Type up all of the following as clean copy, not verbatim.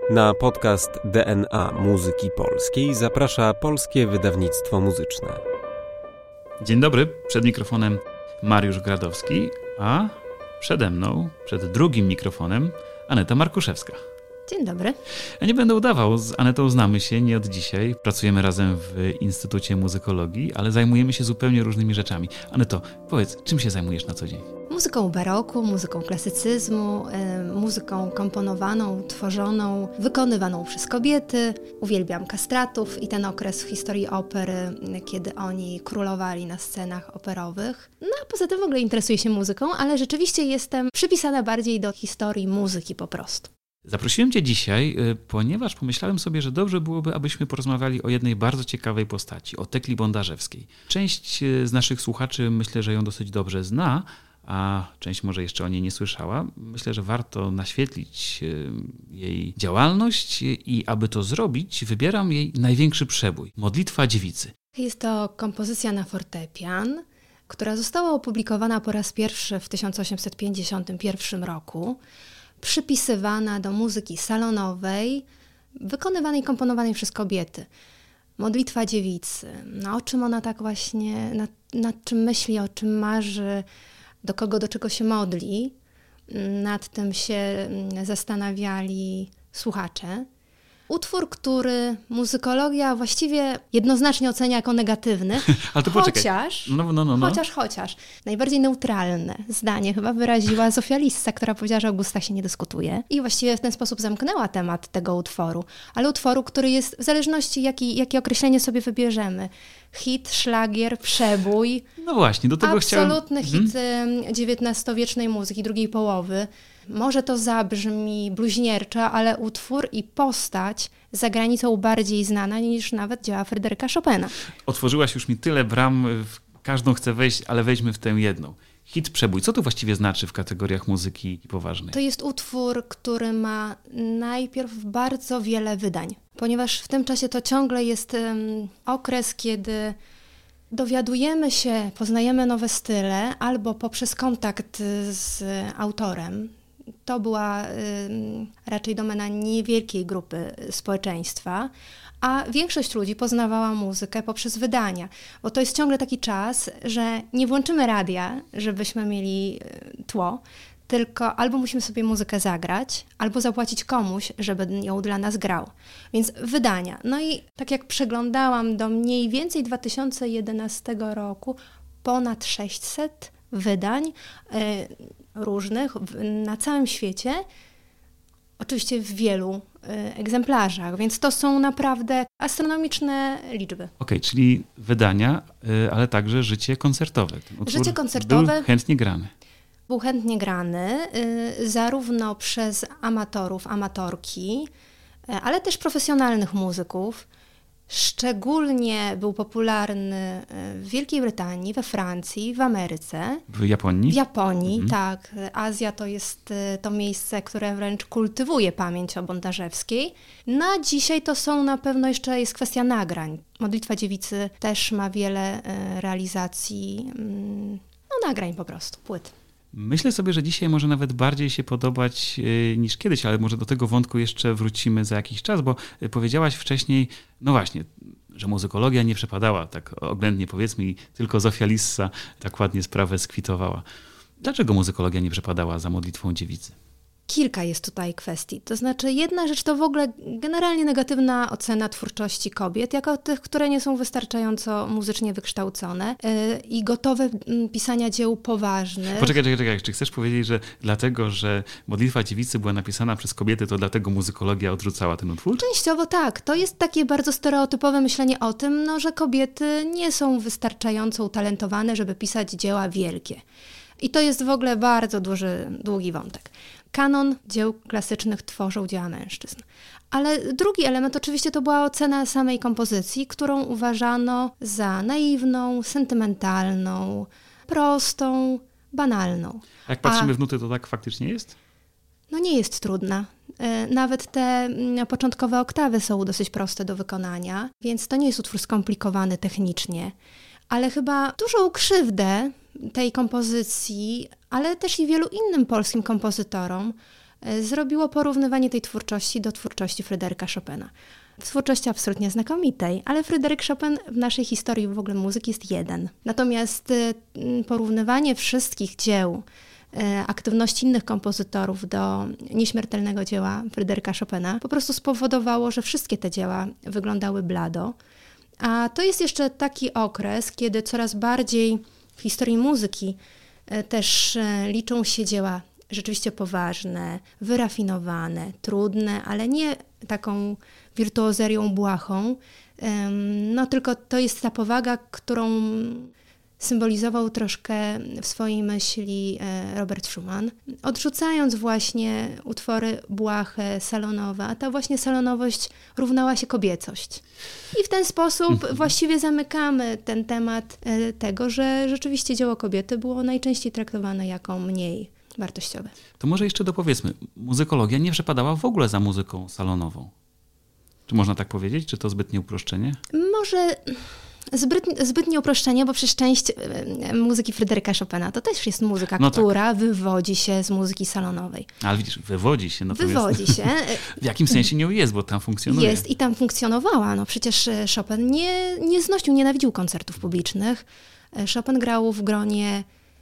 Na podcast DNA Muzyki Polskiej zaprasza Polskie Wydawnictwo Muzyczne. Dzień dobry, przed mikrofonem Mariusz Gradowski, a przede mną, przed drugim mikrofonem, Aneta Markuszewska. Dzień dobry. Ja nie będę udawał, z Anetą znamy się nie od dzisiaj. Pracujemy razem w Instytucie Muzykologii, ale zajmujemy się zupełnie różnymi rzeczami. Aneto, powiedz, czym się zajmujesz na co dzień? Muzyką baroku, muzyką klasycyzmu, muzyką komponowaną, tworzoną, wykonywaną przez kobiety. Uwielbiam kastratów i ten okres w historii opery, kiedy oni królowali na scenach operowych. No a poza tym w ogóle interesuję się muzyką, ale rzeczywiście jestem przypisana bardziej do historii muzyki po prostu. Zaprosiłem Cię dzisiaj, ponieważ pomyślałem sobie, że dobrze byłoby, abyśmy porozmawiali o jednej bardzo ciekawej postaci, o Tekli Bondarzewskiej. Część z naszych słuchaczy myślę, że ją dosyć dobrze zna, a część może jeszcze o niej nie słyszała. Myślę, że warto naświetlić jej działalność i aby to zrobić, wybieram jej największy przebój, Modlitwa Dziewicy. Jest to kompozycja na fortepian, która została opublikowana po raz pierwszy w 1851 roku. Przypisywana do muzyki salonowej, wykonywanej i komponowanej przez kobiety. Modlitwa Dziewicy. No, o czym ona tak właśnie, nad czym myśli, o czym marzy, do czego się modli. Nad tym się zastanawiali słuchacze. Utwór, który muzykologia właściwie jednoznacznie ocenia jako negatywny, ale to chociaż, chociaż najbardziej neutralne zdanie chyba wyraziła Zofia Lissa, która powiedziała, że o gustach się nie dyskutuje i właściwie w ten sposób zamknęła temat tego utworu, ale utworu, który jest w zależności jakie określenie sobie wybierzemy. Hit, szlagier, przebój. No właśnie, do tego chciałem... Absolutny hit XIX-wiecznej muzyki, drugiej połowy. Może to zabrzmi bluźnierczo, ale utwór i postać za granicą bardziej znana niż nawet dzieła Fryderyka Chopina. Otworzyłaś już mi tyle bram, w każdą chcę wejść, ale wejdźmy w tę jedną. Hit, przebój. Co to właściwie znaczy w kategoriach muzyki poważnej? To jest utwór, który ma najpierw bardzo wiele wydań, ponieważ w tym czasie to ciągle jest okres, kiedy dowiadujemy się, poznajemy nowe style albo poprzez kontakt z autorem. To była raczej domena niewielkiej grupy społeczeństwa, a większość ludzi poznawała muzykę poprzez wydania, bo to jest ciągle taki czas, że nie włączymy radia, żebyśmy mieli tło, tylko albo musimy sobie muzykę zagrać, albo zapłacić komuś, żeby ją dla nas grał. Więc wydania. No i tak jak przeglądałam do mniej więcej 2011 roku, ponad 600 wydań różnych na całym świecie, oczywiście w wielu egzemplarzach, więc to są naprawdę astronomiczne liczby. Okej, czyli wydania, ale także życie koncertowe. Życie koncertowe był chętnie grany. Był chętnie grany zarówno przez amatorów, amatorki, ale też profesjonalnych muzyków. Szczególnie był popularny w Wielkiej Brytanii, we Francji, w Ameryce. W Japonii? W Japonii, tak. Azja to jest to miejsce, które wręcz kultywuje pamięć o Bondarzewskiej. Na dzisiaj to są na pewno jeszcze jest kwestia nagrań. Modlitwa Dziewicy też ma wiele realizacji, nagrań po prostu, płyt. Myślę sobie, że dzisiaj może nawet bardziej się podobać niż kiedyś, ale może do tego wątku jeszcze wrócimy za jakiś czas, bo powiedziałaś wcześniej, no właśnie, że muzykologia nie przepadała, tak oględnie powiedzmy, i tylko Zofia Lissa tak ładnie sprawę skwitowała. Dlaczego muzykologia nie przepadała za Modlitwą Dziewicy? Kilka jest tutaj kwestii. To znaczy jedna rzecz to w ogóle generalnie negatywna ocena twórczości kobiet, jako tych, które nie są wystarczająco muzycznie wykształcone i gotowe pisania dzieł poważnych. Poczekaj, czy chcesz powiedzieć, że dlatego, że Modlitwa Dziewicy była napisana przez kobiety, to dlatego muzykologia odrzucała ten utwór? Częściowo tak. To jest takie bardzo stereotypowe myślenie o tym, że kobiety nie są wystarczająco utalentowane, żeby pisać dzieła wielkie. I to jest w ogóle bardzo długi wątek. Kanon dzieł klasycznych tworzą dzieła mężczyzn. Ale drugi element oczywiście to była ocena samej kompozycji, którą uważano za naiwną, sentymentalną, prostą, banalną. Jak patrzymy w nuty, to tak faktycznie jest? No nie jest trudna. Nawet te początkowe oktawy są dosyć proste do wykonania, więc to nie jest utwór skomplikowany technicznie. Ale chyba dużą krzywdę tej kompozycji, ale też i wielu innym polskim kompozytorom zrobiło porównywanie tej twórczości do twórczości Fryderyka Chopina. Twórczości absolutnie znakomitej, ale Fryderyk Chopin w naszej historii w ogóle muzyki jest jeden. Natomiast porównywanie wszystkich dzieł, aktywności innych kompozytorów do nieśmiertelnego dzieła Fryderyka Chopina po prostu spowodowało, że wszystkie te dzieła wyglądały blado. A to jest jeszcze taki okres, kiedy coraz bardziej w historii muzyki też liczą się dzieła rzeczywiście poważne, wyrafinowane, trudne, ale nie taką wirtuozerią błahą, no tylko to jest ta powaga, którą symbolizował troszkę w swojej myśli Robert Schumann, odrzucając właśnie utwory błahe, salonowe, a ta właśnie salonowość równała się kobiecość. I w ten sposób właściwie zamykamy ten temat tego, że rzeczywiście dzieło kobiety było najczęściej traktowane jako mniej wartościowe. To może jeszcze dopowiedzmy, muzykologia nie przepadała w ogóle za muzyką salonową. Czy można tak powiedzieć? Czy to zbytnie uproszczenie? Może zbytnie uproszczenie, bo przecież część muzyki Fryderyka Chopina to też jest muzyka, która wywodzi się z muzyki salonowej. Ale widzisz, wywodzi się. Wywodzi się. W jakimś sensie nią jest, bo tam funkcjonuje. Jest i tam funkcjonowała. No przecież Chopin nie znosił, nienawidził koncertów publicznych. Chopin grał w gronie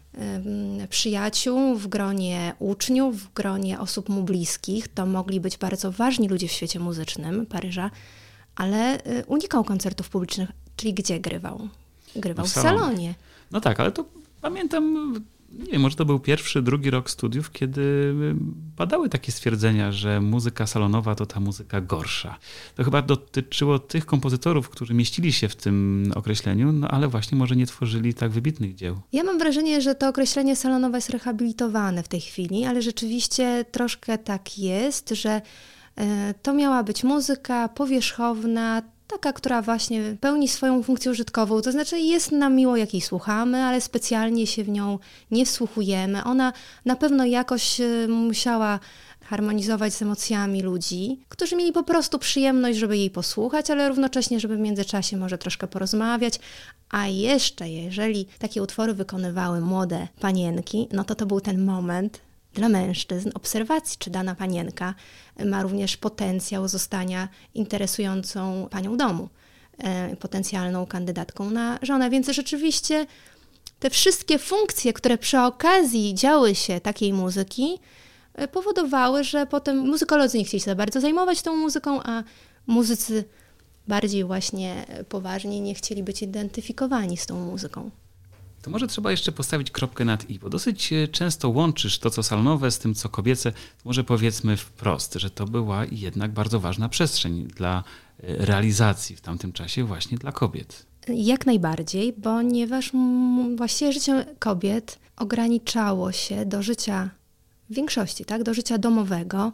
przyjaciół, w gronie uczniów, w gronie osób mu bliskich. To mogli być bardzo ważni ludzie w świecie muzycznym Paryża, ale unikał koncertów publicznych. Czyli gdzie grywał? Grywał w salonie. No tak, ale to pamiętam, nie wiem, może to był pierwszy, drugi rok studiów, kiedy padały takie stwierdzenia, że muzyka salonowa to ta muzyka gorsza. To chyba dotyczyło tych kompozytorów, którzy mieścili się w tym określeniu, no ale właśnie może nie tworzyli tak wybitnych dzieł. Ja mam wrażenie, że to określenie salonowe jest rehabilitowane w tej chwili, ale rzeczywiście troszkę tak jest, że to miała być muzyka powierzchowna, taka, która właśnie pełni swoją funkcję użytkową, to znaczy jest nam miło, jak jej słuchamy, ale specjalnie się w nią nie wsłuchujemy. Ona na pewno jakoś musiała harmonizować z emocjami ludzi, którzy mieli po prostu przyjemność, żeby jej posłuchać, ale równocześnie, żeby w międzyczasie może troszkę porozmawiać. A jeszcze, jeżeli takie utwory wykonywały młode panienki, no to był ten moment dla mężczyzn obserwacji, czy dana panienka ma również potencjał zostania interesującą panią domu, potencjalną kandydatką na żonę. Więc rzeczywiście te wszystkie funkcje, które przy okazji działy się takiej muzyki, powodowały, że potem muzykolodzy nie chcieli się za bardzo zajmować tą muzyką, a muzycy bardziej właśnie poważnie nie chcieli być identyfikowani z tą muzyką. To może trzeba jeszcze postawić kropkę nad i, bo dosyć często łączysz to, co salonowe z tym, co kobiece. Może powiedzmy wprost, że to była jednak bardzo ważna przestrzeń dla realizacji w tamtym czasie właśnie dla kobiet. Jak najbardziej, ponieważ właściwie życie kobiet ograniczało się do życia w większości, tak? Do życia domowego,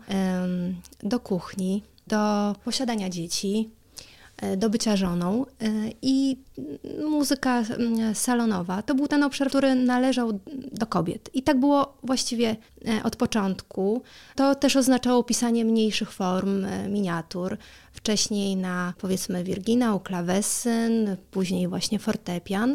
do kuchni, do posiadania dzieci, do bycia żoną i muzyka salonowa to był ten obszar, który należał do kobiet. I tak było właściwie od początku. To też oznaczało pisanie mniejszych form, miniatur. Wcześniej na powiedzmy wirginał, klawesyn, później właśnie fortepian.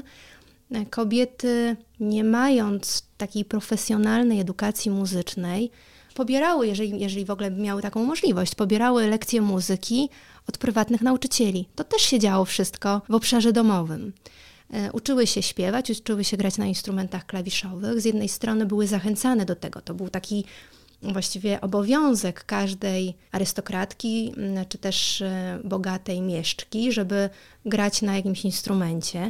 Kobiety, nie mając takiej profesjonalnej edukacji muzycznej, pobierały, jeżeli w ogóle miały taką możliwość, pobierały lekcje muzyki od prywatnych nauczycieli. To też się działo wszystko w obszarze domowym. Uczyły się śpiewać, uczyły się grać na instrumentach klawiszowych. Z jednej strony były zachęcane do tego. To był taki właściwie obowiązek każdej arystokratki, czy też bogatej mieszczki, żeby grać na jakimś instrumencie.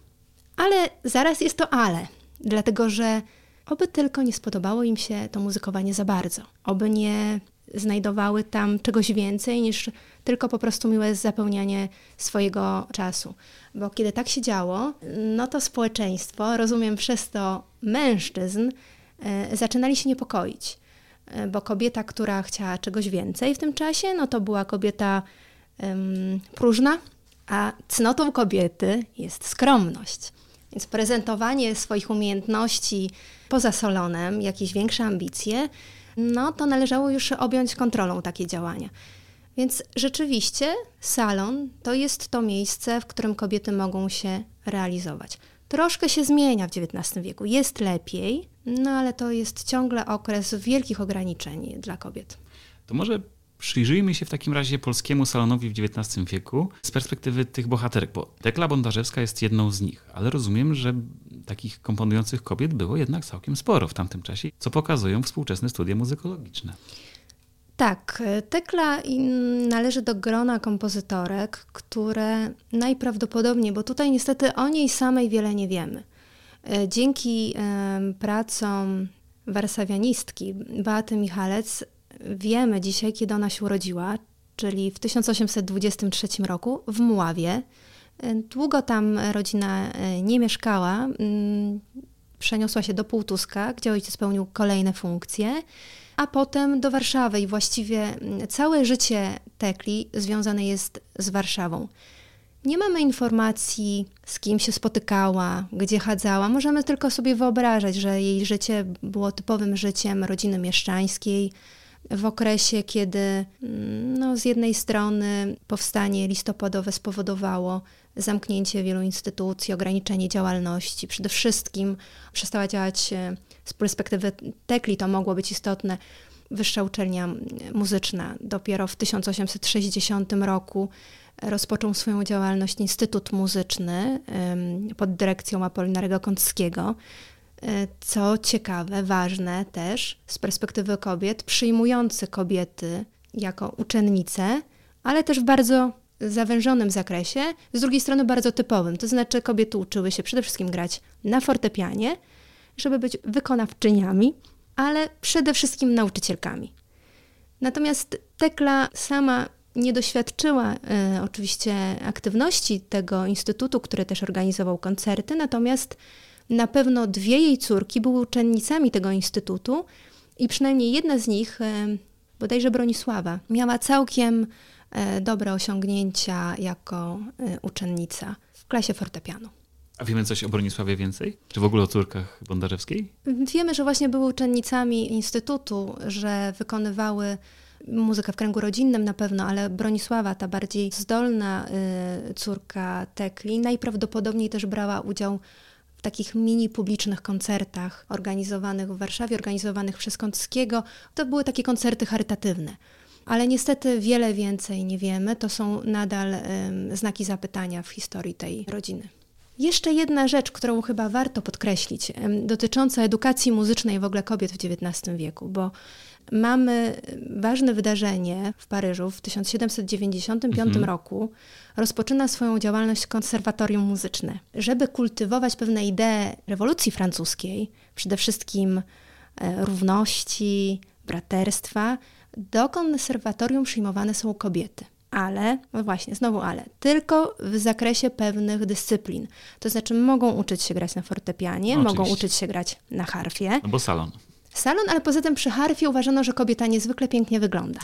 Ale zaraz jest to ale, dlatego że oby tylko nie spodobało im się to muzykowanie za bardzo. Oby nie znajdowały tam czegoś więcej niż tylko po prostu miłe zapełnianie swojego czasu. Bo kiedy tak się działo, no to społeczeństwo, rozumiem przez to mężczyzn, zaczynali się niepokoić. Bo kobieta, która chciała czegoś więcej w tym czasie, no to była kobieta próżna, a cnotą kobiety jest skromność. Więc prezentowanie swoich umiejętności poza salonem, jakieś większe ambicje, no to należało już objąć kontrolą takie działania. Więc rzeczywiście salon to jest to miejsce, w którym kobiety mogą się realizować. Troszkę się zmienia w XIX wieku, jest lepiej, No ale to jest ciągle okres wielkich ograniczeń dla kobiet. To może przyjrzyjmy się w takim razie polskiemu salonowi w XIX wieku z perspektywy tych bohaterek, bo Tekla Bondarzewska jest jedną z nich, ale rozumiem, że takich komponujących kobiet było jednak całkiem sporo w tamtym czasie, co pokazują współczesne studia muzykologiczne. Tak, Tekla należy do grona kompozytorek, które najprawdopodobniej, bo tutaj niestety o niej samej wiele nie wiemy, dzięki pracom warszawianistki Beaty Michalec wiemy dzisiaj, kiedy ona się urodziła, czyli w 1823 roku w Mławie. Długo tam rodzina nie mieszkała, przeniosła się do Półtuska, gdzie ojciec pełnił kolejne funkcje, a potem do Warszawy i właściwie całe życie Tekli związane jest z Warszawą. Nie mamy informacji, z kim się spotykała, gdzie chadzała. Możemy tylko sobie wyobrażać, że jej życie było typowym życiem rodziny mieszczańskiej, w okresie, kiedy z jednej strony powstanie listopadowe spowodowało zamknięcie wielu instytucji, ograniczenie działalności. Przede wszystkim przestała działać z perspektywy Tekli, to mogło być istotne, Wyższa Uczelnia Muzyczna. Dopiero w 1860 roku rozpoczął swoją działalność Instytut Muzyczny pod dyrekcją Apolinarego Kąckiego. Co ciekawe, ważne też z perspektywy kobiet, przyjmujący kobiety jako uczennice, ale też w bardzo zawężonym zakresie, z drugiej strony bardzo typowym. To znaczy kobiety uczyły się przede wszystkim grać na fortepianie, żeby być wykonawczyniami, ale przede wszystkim nauczycielkami. Natomiast Tekla sama nie doświadczyła oczywiście aktywności tego instytutu, który też organizował koncerty, natomiast na pewno dwie jej córki były uczennicami tego instytutu i przynajmniej jedna z nich, bodajże Bronisława, miała całkiem dobre osiągnięcia jako uczennica w klasie fortepianu. A wiemy coś o Bronisławie więcej? Czy w ogóle o córkach Bondarzewskiej? Wiemy, że właśnie były uczennicami instytutu, że wykonywały muzykę w kręgu rodzinnym na pewno, ale Bronisława, ta bardziej zdolna córka Tekli, najprawdopodobniej też brała udział w takich mini publicznych koncertach organizowanych w Warszawie, organizowanych przez Kąckiego. To były takie koncerty charytatywne. Ale niestety wiele więcej nie wiemy. To są nadal znaki zapytania w historii tej rodziny. Jeszcze jedna rzecz, którą chyba warto podkreślić, dotycząca edukacji muzycznej w ogóle kobiet w XIX wieku, bo mamy ważne wydarzenie w Paryżu w 1795 roku. Rozpoczyna swoją działalność konserwatorium muzyczne. Żeby kultywować pewne idee rewolucji francuskiej, przede wszystkim równości, braterstwa, do konserwatorium przyjmowane są kobiety. Ale, no właśnie, znowu ale, tylko w zakresie pewnych dyscyplin. To znaczy mogą uczyć się grać na fortepianie, mogą uczyć się grać na harfie. No bo salon. Salon, ale poza tym przy harfie uważano, że kobieta niezwykle pięknie wygląda.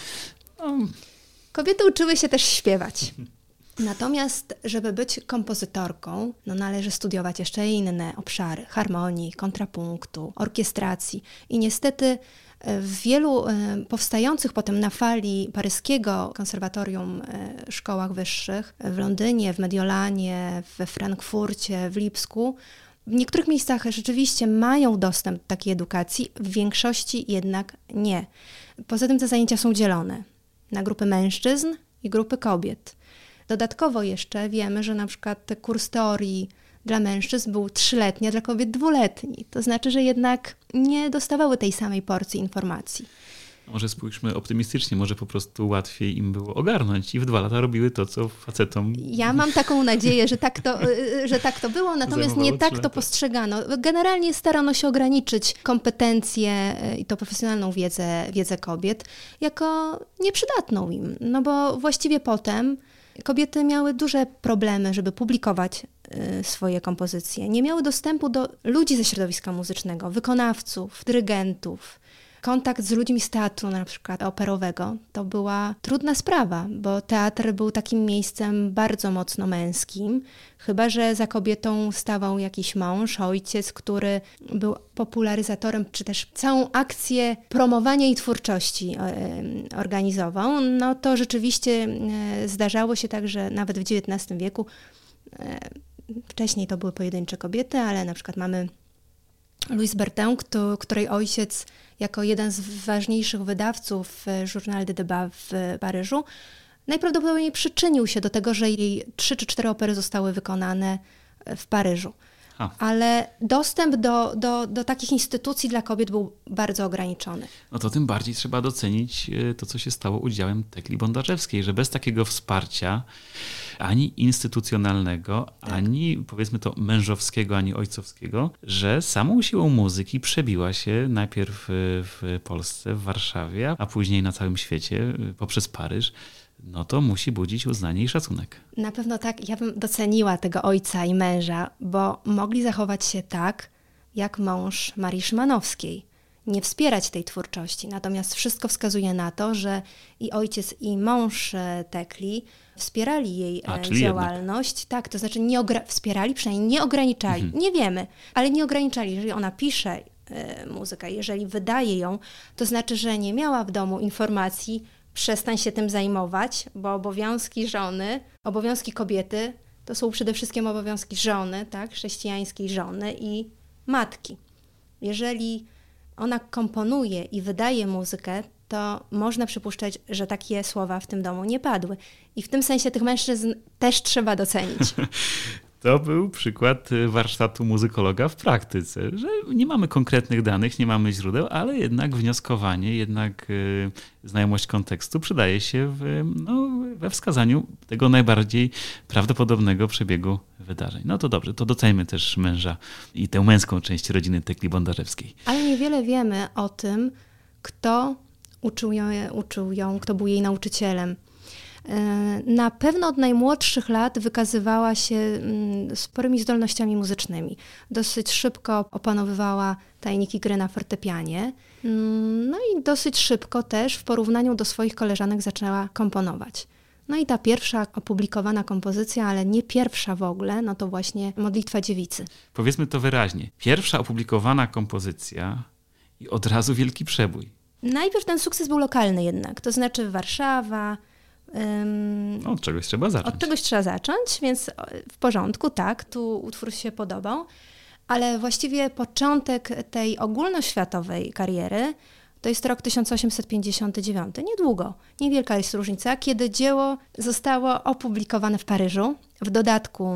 Kobiety uczyły się też śpiewać. Natomiast, żeby być kompozytorką, należy studiować jeszcze inne obszary harmonii, kontrapunktu, orkiestracji. I niestety w wielu powstających potem na fali paryskiego konserwatorium szkołach wyższych, w Londynie, w Mediolanie, we Frankfurcie, w Lipsku, w niektórych miejscach rzeczywiście mają dostęp do takiej edukacji, w większości jednak nie. Poza tym te zajęcia są dzielone na grupy mężczyzn i grupy kobiet. Dodatkowo jeszcze wiemy, że na przykład kurs teorii dla mężczyzn był 3-letni, a dla kobiet 2-letni. To znaczy, że jednak nie dostawały tej samej porcji informacji. Może spójrzmy optymistycznie, może po prostu łatwiej im było ogarnąć i w 2 lata robiły to, co facetom... Ja mam taką nadzieję, że tak to było, natomiast nie tak to postrzegano. Generalnie starano się ograniczyć kompetencje i to profesjonalną wiedzę kobiet jako nieprzydatną im. No bo właściwie potem kobiety miały duże problemy, żeby publikować swoje kompozycje. Nie miały dostępu do ludzi ze środowiska muzycznego, wykonawców, dyrygentów. Kontakt z ludźmi z teatru, na przykład operowego, to była trudna sprawa, bo teatr był takim miejscem bardzo mocno męskim, chyba że za kobietą stawał jakiś mąż, ojciec, który był popularyzatorem, czy też całą akcję promowania jej twórczości organizował. No to rzeczywiście zdarzało się tak, że nawet w XIX wieku, wcześniej to były pojedyncze kobiety, ale na przykład mamy Louise Bertin, której ojciec jako jeden z ważniejszych wydawców Journal des Débats w Paryżu najprawdopodobniej przyczynił się do tego, że jej 3 czy 4 opery zostały wykonane w Paryżu. Ale dostęp do takich instytucji dla kobiet był bardzo ograniczony. No to tym bardziej trzeba docenić to, co się stało udziałem Tekli Bondarzewskiej, że bez takiego wsparcia ani instytucjonalnego, ani powiedzmy to mężowskiego, ani ojcowskiego, że samą siłą muzyki przebiła się najpierw w Polsce, w Warszawie, a później na całym świecie poprzez Paryż. No to musi budzić uznanie i szacunek. Na pewno tak. Ja bym doceniła tego ojca i męża, bo mogli zachować się tak, jak mąż Marii Szymanowskiej. Nie wspierać tej twórczości. Natomiast wszystko wskazuje na to, że i ojciec, i mąż Tekli wspierali jej działalność. Jednak. Tak, to znaczy wspierali, przynajmniej nie ograniczali. Nie wiemy, ale nie ograniczali. Jeżeli ona pisze muzykę, jeżeli wydaje ją, to znaczy, że nie miała w domu informacji, przestań się tym zajmować, bo obowiązki żony, obowiązki kobiety to są przede wszystkim obowiązki żony, tak, chrześcijańskiej żony i matki. Jeżeli ona komponuje i wydaje muzykę, to można przypuszczać, że takie słowa w tym domu nie padły. I w tym sensie tych mężczyzn też trzeba docenić. To był przykład warsztatu muzykologa w praktyce, że nie mamy konkretnych danych, nie mamy źródeł, ale jednak wnioskowanie, jednak znajomość kontekstu przydaje się we wskazaniu tego najbardziej prawdopodobnego przebiegu wydarzeń. No to dobrze, to doceńmy też męża i tę męską część rodziny Tekli Bondarzewskiej. Ale niewiele wiemy o tym, kto uczył ją, kto był jej nauczycielem. Na pewno od najmłodszych lat wykazywała się sporymi zdolnościami muzycznymi. Dosyć szybko opanowywała tajniki gry na fortepianie. No i dosyć szybko też w porównaniu do swoich koleżanek zaczęła komponować. No i ta pierwsza opublikowana kompozycja, ale nie pierwsza w ogóle, no to właśnie Modlitwa Dziewicy. Powiedzmy to wyraźnie. Pierwsza opublikowana kompozycja i od razu wielki przebój. Najpierw ten sukces był lokalny jednak, to znaczy Warszawa. Od czegoś trzeba zacząć. Od czegoś trzeba zacząć, więc w porządku, tak, tu utwór się podobał, ale właściwie początek tej ogólnoświatowej kariery to jest rok 1859, niedługo, niewielka jest różnica, kiedy dzieło zostało opublikowane w Paryżu, w dodatku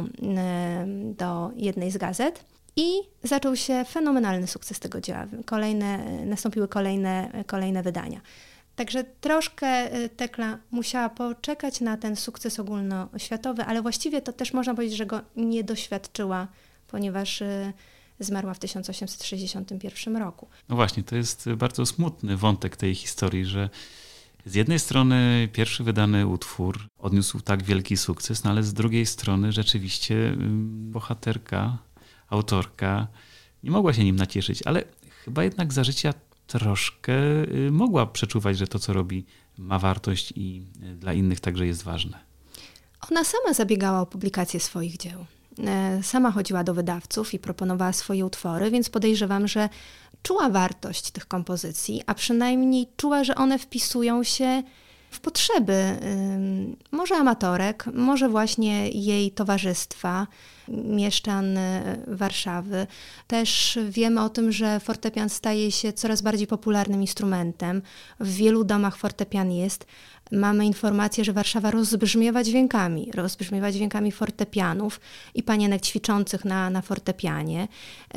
do jednej z gazet i zaczął się fenomenalny sukces tego dzieła. Nastąpiły kolejne wydania. Także troszkę Tekla musiała poczekać na ten sukces ogólnoświatowy, ale właściwie to też można powiedzieć, że go nie doświadczyła, ponieważ zmarła w 1861 roku. No właśnie, to jest bardzo smutny wątek tej historii, że z jednej strony pierwszy wydany utwór odniósł tak wielki sukces, no ale z drugiej strony rzeczywiście bohaterka, autorka nie mogła się nim nacieszyć, ale chyba jednak za życia troszkę mogła przeczuwać, że to, co robi, ma wartość i dla innych także jest ważne. Ona sama zabiegała o publikację swoich dzieł. Sama chodziła do wydawców i proponowała swoje utwory, więc podejrzewam, że czuła wartość tych kompozycji, a przynajmniej czuła, że one wpisują się w potrzeby może amatorek, może właśnie jej towarzystwa, mieszczan Warszawy. Też wiemy o tym, że fortepian staje się coraz bardziej popularnym instrumentem. W wielu domach fortepian jest. Mamy informację, że Warszawa rozbrzmiewa dźwiękami fortepianów i panienek ćwiczących na fortepianie.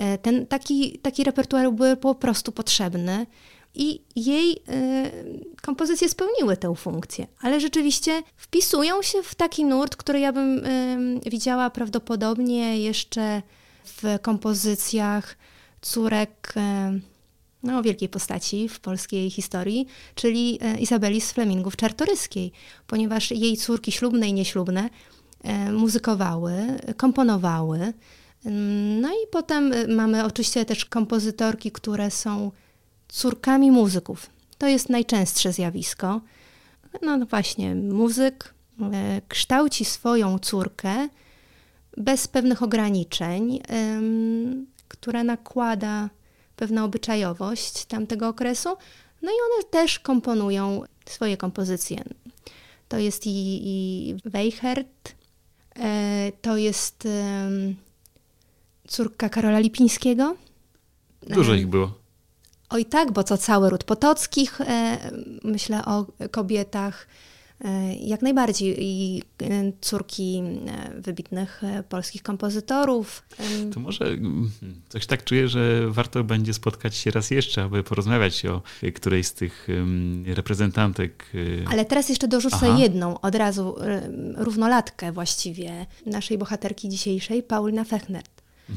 Taki repertuar był po prostu potrzebny. I jej kompozycje spełniły tę funkcję, ale rzeczywiście wpisują się w taki nurt, który ja bym widziała prawdopodobnie jeszcze w kompozycjach córek wielkiej postaci w polskiej historii, czyli Izabeli z Flemingów Czartoryskiej, ponieważ jej córki ślubne i nieślubne muzykowały, komponowały. No i potem mamy oczywiście też kompozytorki, które są córkami muzyków. To jest najczęstsze zjawisko. No właśnie, muzyk kształci swoją córkę bez pewnych ograniczeń, która nakłada pewna obyczajowość tamtego okresu. No i one też komponują swoje kompozycje. To jest i Weichert, to jest córka Karola Lipińskiego. Dużo ich było. Oj tak, bo to cały ród Potockich, myślę o kobietach, jak najbardziej i córki wybitnych polskich kompozytorów. To może coś tak czuję, że warto będzie spotkać się raz jeszcze, aby porozmawiać o którejś z tych reprezentantek. Ale teraz jeszcze dorzucę jedną, od razu równolatkę właściwie naszej bohaterki dzisiejszej, Paulina Fechnert.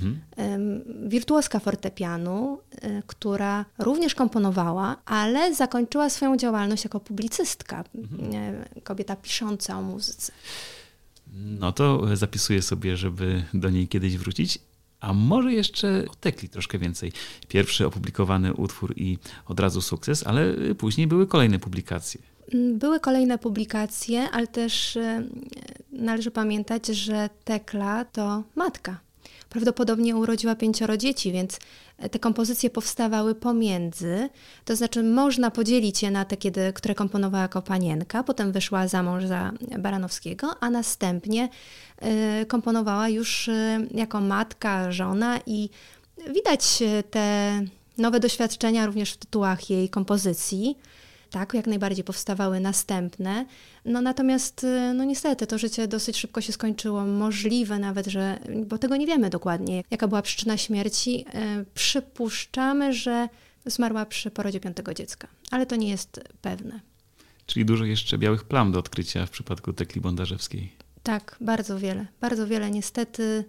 Wirtuoska fortepianu, która również komponowała, ale zakończyła swoją działalność jako publicystka. Kobieta pisząca o muzyce. No to zapisuję sobie, żeby do niej kiedyś wrócić. A może jeszcze o Tekli troszkę więcej. Pierwszy opublikowany utwór i od razu sukces, ale później były kolejne publikacje. Były kolejne publikacje, ale też należy pamiętać, że Tekla to matka. Prawdopodobnie urodziła 5 dzieci, więc te kompozycje powstawały pomiędzy. To znaczy można podzielić je na te, które komponowała jako panienka, potem wyszła za mąż za Baranowskiego, a następnie komponowała już jako matka, żona i widać te nowe doświadczenia również w tytułach jej kompozycji. Tak, jak najbardziej powstawały następne. No natomiast, no niestety, to życie dosyć szybko się skończyło. Możliwe nawet, że, bo tego nie wiemy dokładnie, jaka była przyczyna śmierci. Przypuszczamy, że zmarła przy porodzie 5. dziecka, ale to nie jest pewne. Czyli dużo jeszcze białych plam do odkrycia w przypadku Tekli Bondarzewskiej. Tak, bardzo wiele. Bardzo wiele. Niestety,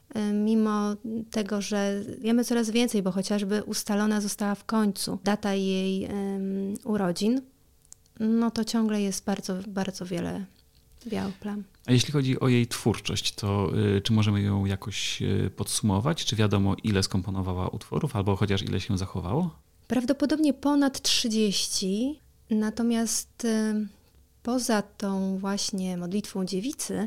mimo tego, że wiemy coraz więcej, bo chociażby ustalona została w końcu data jej urodzin, no to ciągle jest bardzo, bardzo wiele białych plam. A jeśli chodzi o jej twórczość, to czy możemy ją jakoś podsumować? Czy wiadomo, ile skomponowała utworów, albo chociaż ile się zachowało? Prawdopodobnie ponad 30, natomiast poza tą właśnie modlitwą dziewicy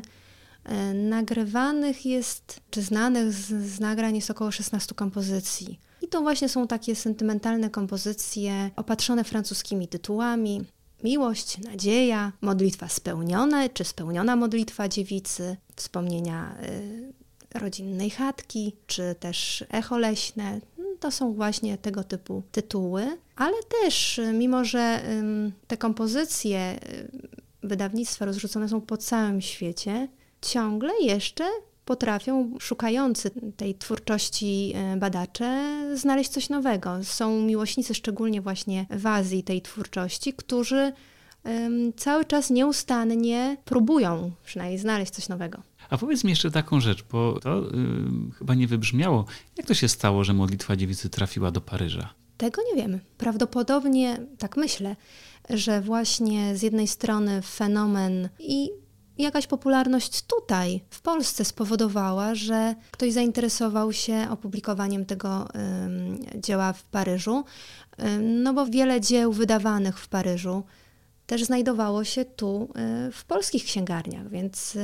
nagrywanych jest, czy znanych z nagrań jest około 16 kompozycji. I to właśnie są takie sentymentalne kompozycje opatrzone francuskimi tytułami. Miłość, nadzieja, modlitwa spełniona, czy spełniona modlitwa dziewicy, wspomnienia rodzinnej chatki, czy też echo leśne. To są właśnie tego typu tytuły. Ale też, mimo że te kompozycje wydawnictwa rozrzucone są po całym świecie, ciągle jeszcze potrafią szukający tej twórczości badacze znaleźć coś nowego. Są miłośnicy, szczególnie właśnie w Azji tej twórczości, którzy cały czas nieustannie próbują przynajmniej znaleźć coś nowego. A powiedz mi jeszcze taką rzecz, bo to chyba nie wybrzmiało. Jak to się stało, że modlitwa dziewicy trafiła do Paryża? Tego nie wiemy. Prawdopodobnie, tak myślę, że właśnie z jednej strony fenomen i jakaś popularność tutaj, w Polsce spowodowała, że ktoś zainteresował się opublikowaniem tego dzieła w Paryżu, no bo wiele dzieł wydawanych w Paryżu też znajdowało się tu w polskich księgarniach, więc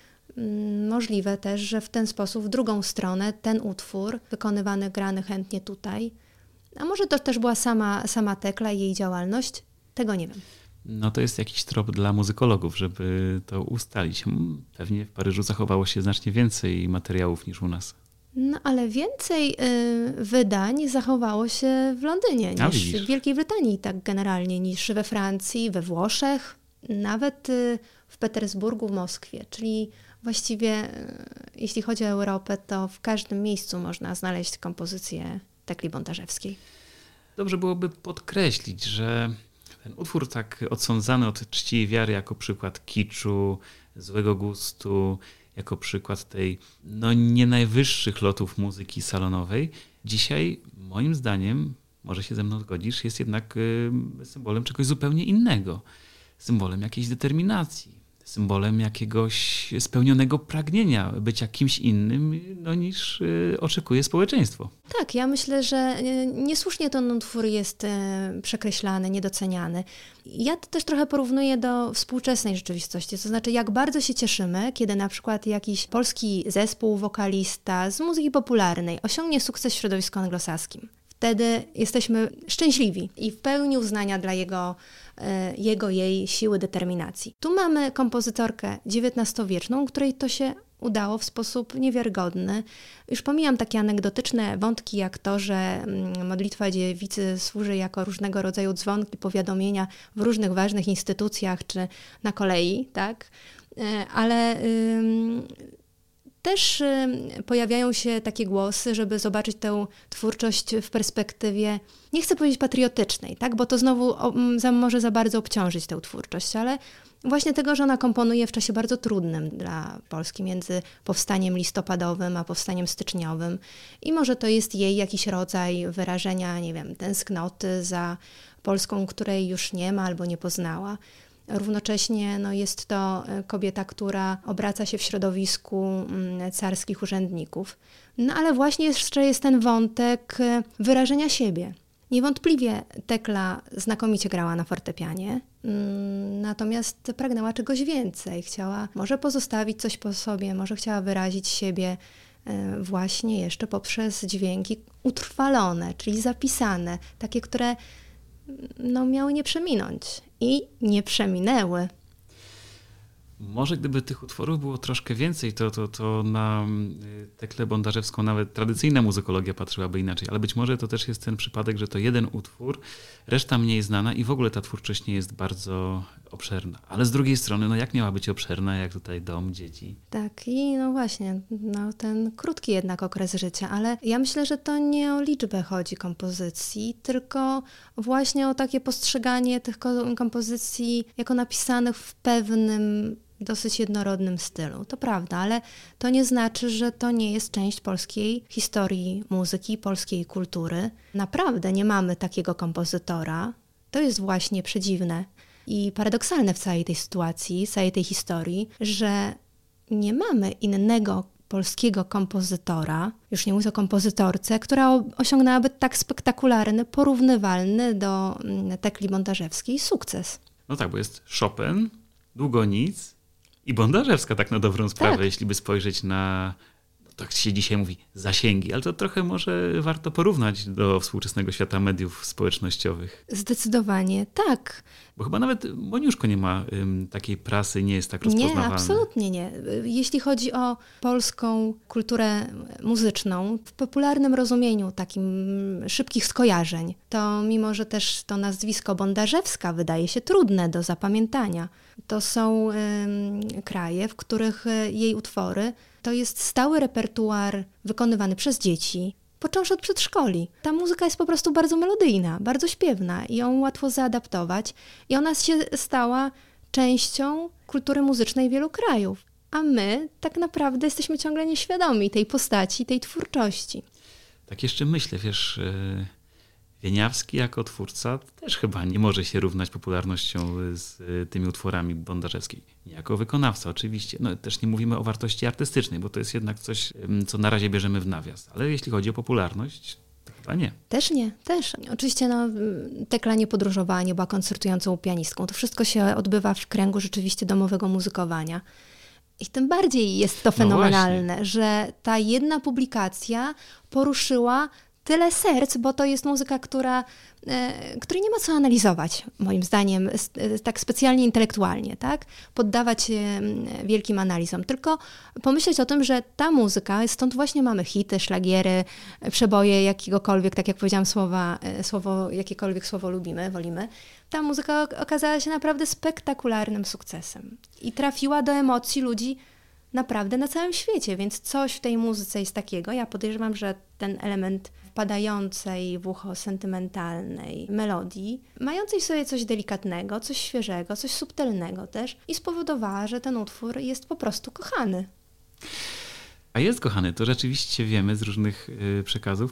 możliwe też, że w ten sposób w drugą stronę ten utwór wykonywany, grany chętnie tutaj, a może to też była sama Tekla i jej działalność, tego nie wiem. No to jest jakiś trop dla muzykologów, żeby to ustalić. Pewnie w Paryżu zachowało się znacznie więcej materiałów niż u nas. No ale więcej wydań zachowało się w Londynie niż w Wielkiej Brytanii, tak generalnie, niż we Francji, we Włoszech, nawet w Petersburgu, w Moskwie. Czyli właściwie jeśli chodzi o Europę, to w każdym miejscu można znaleźć kompozycję Tekli Bondarzewskiej. Dobrze byłoby podkreślić, że ten utwór tak odsądzany od czci i wiary jako przykład kiczu, złego gustu, jako przykład tej nie najwyższych lotów muzyki salonowej, dzisiaj moim zdaniem, może się ze mną zgodzisz, jest jednak symbolem czegoś zupełnie innego. Symbolem jakiejś determinacji, symbolem jakiegoś spełnionego pragnienia bycia kimś innym, niż oczekuje społeczeństwo. Tak, ja myślę, że niesłusznie ten utwór jest przekreślany, niedoceniany. Ja to też trochę porównuję do współczesnej rzeczywistości, to znaczy jak bardzo się cieszymy, kiedy na przykład jakiś polski zespół, wokalista z muzyki popularnej osiągnie sukces w środowisku anglosaskim. Wtedy jesteśmy szczęśliwi i w pełni uznania dla jej siły, determinacji. Tu mamy kompozytorkę XIX-wieczną, której to się udało w sposób niewiarygodny. Już pomijam takie anegdotyczne wątki jak to, że modlitwa dziewicy służy jako różnego rodzaju dzwonki, powiadomienia w różnych ważnych instytucjach czy na kolei, tak? Ale też pojawiają się takie głosy, żeby zobaczyć tę twórczość w perspektywie, nie chcę powiedzieć patriotycznej, tak? Bo to znowu może za bardzo obciążyć tę twórczość, ale właśnie tego, że ona komponuje w czasie bardzo trudnym dla Polski, między powstaniem listopadowym a powstaniem styczniowym. I może to jest jej jakiś rodzaj wyrażenia, nie wiem, tęsknoty za Polską, której już nie ma albo nie poznała. Równocześnie jest to kobieta, która obraca się w środowisku carskich urzędników. Ale właśnie jeszcze jest ten wątek wyrażenia siebie. Niewątpliwie Tekla znakomicie grała na fortepianie, natomiast pragnęła czegoś więcej. Chciała może pozostawić coś po sobie, może chciała wyrazić siebie właśnie jeszcze poprzez dźwięki utrwalone, czyli zapisane, takie, które miały nie przeminąć i nie przeminęły. Może gdyby tych utworów było troszkę więcej, to na Teklę Bondarzewską nawet tradycyjna muzykologia patrzyłaby inaczej, ale być może to też jest ten przypadek, że to jeden utwór, reszta mniej znana i w ogóle ta twórczość nie jest bardzo obszerna. Ale z drugiej strony, jak miała być obszerna, jak tutaj dom, dzieci? Tak i właśnie, ten krótki jednak okres życia, ale ja myślę, że to nie o liczbę chodzi kompozycji, tylko właśnie o takie postrzeganie tych kompozycji jako napisanych w pewnym dosyć jednorodnym stylu. To prawda, ale to nie znaczy, że to nie jest część polskiej historii muzyki, polskiej kultury. Naprawdę nie mamy takiego kompozytora. To jest właśnie przedziwne i paradoksalne w całej tej sytuacji, całej tej historii, że nie mamy innego polskiego kompozytora, już nie mówię o kompozytorce, która osiągnęłaby tak spektakularny, porównywalny do Tekli Bondarzewskiej sukces. No tak, bo jest Chopin, Długonic i Bondarzewska tak na dobrą sprawę, tak. Jeśli by spojrzeć na, tak się dzisiaj mówi, zasięgi, ale to trochę może warto porównać do współczesnego świata mediów społecznościowych. Zdecydowanie tak. Bo chyba nawet Moniuszko nie ma takiej prasy, nie jest tak rozpoznawalny. Nie, absolutnie nie. Jeśli chodzi o polską kulturę muzyczną, w popularnym rozumieniu takim szybkich skojarzeń, to mimo, że też to nazwisko Bondarzewska wydaje się trudne do zapamiętania, to są kraje, w których jej utwory to jest stały repertuar wykonywany przez dzieci, począwszy od przedszkoli. Ta muzyka jest po prostu bardzo melodyjna, bardzo śpiewna i ją łatwo zaadaptować. I ona się stała częścią kultury muzycznej wielu krajów. A my tak naprawdę jesteśmy ciągle nieświadomi tej postaci, tej twórczości. Tak jeszcze myślę, wiesz, Wieniawski jako twórca też chyba nie może się równać popularnością z tymi utworami Bondarzewskiej. Nie jako wykonawca oczywiście. Też nie mówimy o wartości artystycznej, bo to jest jednak coś, co na razie bierzemy w nawias. Ale jeśli chodzi o popularność, to chyba nie. Też nie, też. Oczywiście Tekla nie podróżowała, nie była koncertującą pianistką. To wszystko się odbywa w kręgu rzeczywiście domowego muzykowania. I tym bardziej jest to fenomenalne, że ta jedna publikacja poruszyła tyle serc, bo to jest muzyka, której nie ma co analizować, moim zdaniem, tak specjalnie intelektualnie, tak? Poddawać się wielkim analizom, tylko pomyśleć o tym, że ta muzyka, stąd właśnie mamy hity, szlagiery, przeboje jakiegokolwiek, tak jak powiedziałam, jakiekolwiek słowo lubimy, wolimy. Ta muzyka okazała się naprawdę spektakularnym sukcesem i trafiła do emocji ludzi naprawdę na całym świecie, więc coś w tej muzyce jest takiego. Ja podejrzewam, że ten element wpadającej w ucho sentymentalnej melodii, mającej w sobie coś delikatnego, coś świeżego, coś subtelnego też i spowodowała, że ten utwór jest po prostu kochany. A jest kochany, to rzeczywiście wiemy z różnych przekazów.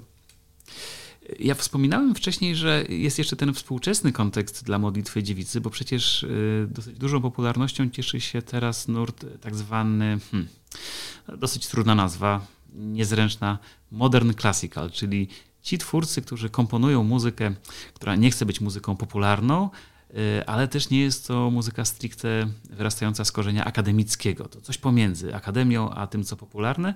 Ja wspominałem wcześniej, że jest jeszcze ten współczesny kontekst dla modlitwy dziewicy, bo przecież dosyć dużą popularnością cieszy się teraz nurt tak zwany, dosyć trudna nazwa, niezręczna, modern classical, czyli ci twórcy, którzy komponują muzykę, która nie chce być muzyką popularną, ale też nie jest to muzyka stricte wyrastająca z korzenia akademickiego. To coś pomiędzy akademią a tym, co popularne.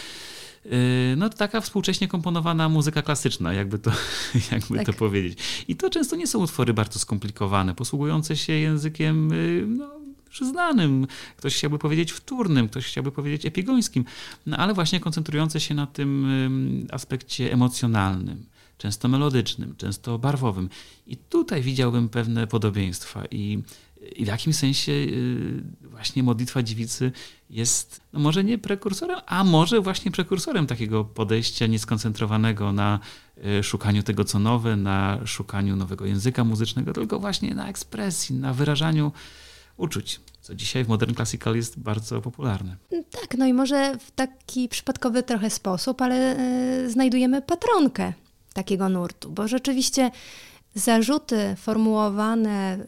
No taka współcześnie komponowana muzyka klasyczna, jakby to powiedzieć. I to często nie są utwory bardzo skomplikowane, posługujące się językiem znanym, ktoś chciałby powiedzieć wtórnym, ktoś chciałby powiedzieć epigońskim, no ale właśnie koncentrujące się na tym aspekcie emocjonalnym, często melodycznym, często barwowym. I tutaj widziałbym pewne podobieństwa i w jakimś sensie właśnie Modlitwa Dziewicy jest może nie prekursorem, a może właśnie prekursorem takiego podejścia nieskoncentrowanego na szukaniu tego, co nowe, na szukaniu nowego języka muzycznego, tylko właśnie na ekspresji, na wyrażaniu uczuć, co dzisiaj w Modern Classical jest bardzo popularne. Tak, no i może w taki przypadkowy trochę sposób, ale znajdujemy patronkę takiego nurtu, bo rzeczywiście zarzuty formułowane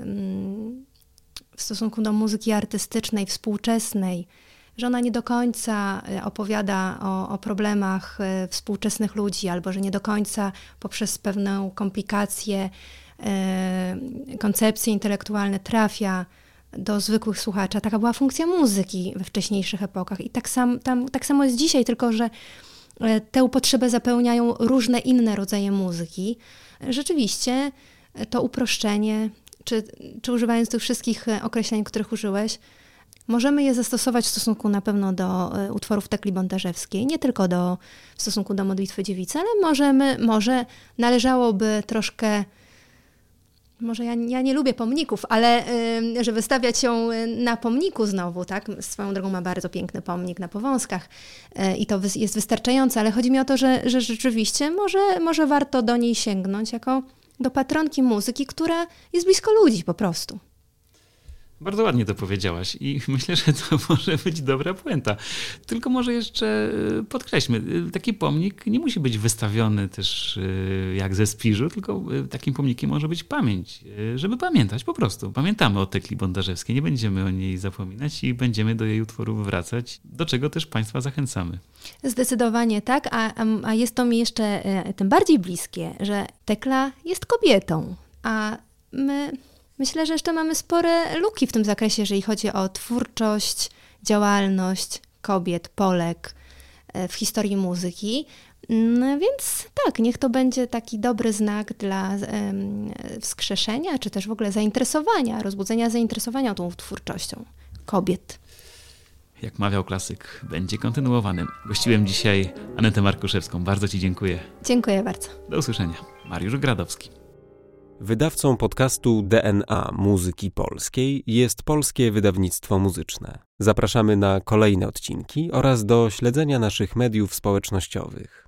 w stosunku do muzyki artystycznej, współczesnej, że ona nie do końca opowiada o problemach współczesnych ludzi, albo że nie do końca poprzez pewną komplikację, koncepcje intelektualne trafia do zwykłych słuchaczy. Taka była funkcja muzyki we wcześniejszych epokach. I tak samo jest dzisiaj, tylko że tę potrzebę zapełniają różne inne rodzaje muzyki. Rzeczywiście to uproszczenie, czy używając tych wszystkich określeń, których użyłeś, możemy je zastosować w stosunku na pewno do utworów Tekli Bondarzewskiej, nie tylko w stosunku do Modlitwy Dziewicy, ale może należałoby troszkę, może ja nie lubię pomników, ale że wystawiać ją na pomniku znowu, tak? Swoją drogą ma bardzo piękny pomnik na Powązkach i to jest wystarczające, ale chodzi mi o to, że rzeczywiście może warto do niej sięgnąć jako do patronki muzyki, która jest blisko ludzi po prostu. Bardzo ładnie to powiedziałaś i myślę, że to może być dobra puenta. Tylko może jeszcze podkreślmy, taki pomnik nie musi być wystawiony też jak ze Spiżu, tylko takim pomnikiem może być pamięć, żeby pamiętać po prostu. Pamiętamy o Tekli Bondarzewskiej, nie będziemy o niej zapominać i będziemy do jej utworów wracać, do czego też Państwa zachęcamy. Zdecydowanie tak, a jest to mi jeszcze tym bardziej bliskie, że Tekla jest kobietą, a myślę, że jeszcze mamy spore luki w tym zakresie, jeżeli chodzi o twórczość, działalność kobiet, Polek w historii muzyki. Więc tak, niech to będzie taki dobry znak dla wskrzeszenia, czy też w ogóle zainteresowania, rozbudzenia zainteresowania tą twórczością kobiet. Jak mawiał klasyk, będzie kontynuowany. Gościłem dzisiaj Anetę Markuszewską. Bardzo Ci dziękuję. Dziękuję bardzo. Do usłyszenia. Mariusz Gradowski. Wydawcą podcastu DNA Muzyki Polskiej jest Polskie Wydawnictwo Muzyczne. Zapraszamy na kolejne odcinki oraz do śledzenia naszych mediów społecznościowych.